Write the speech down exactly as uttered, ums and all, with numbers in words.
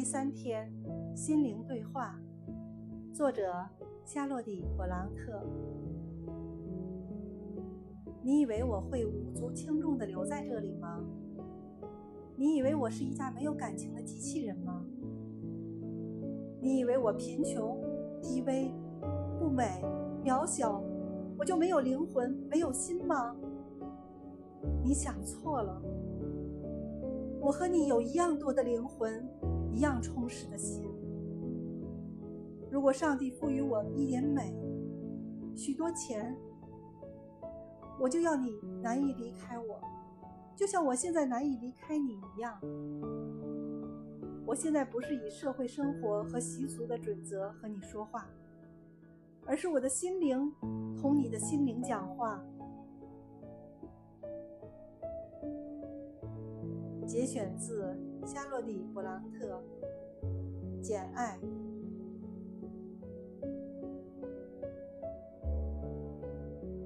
第三天，心灵对话，作者夏洛蒂·勃朗特。你以为我会无足轻重地留在这里吗？你以为我是一架没有感情的机器人吗？你以为我贫穷、低微、不美、渺小，我就没有灵魂、没有心吗？你想错了，我和你有一样多的灵魂，一样充实的心。如果上帝赋予我一点美，许多钱，我就要你难以离开我，就像我现在难以离开你一样。我现在不是以社会生活和习俗的准则和你说话，而是我的心灵同你的心灵讲话。节选自夏洛蒂·勃朗特《简爱》。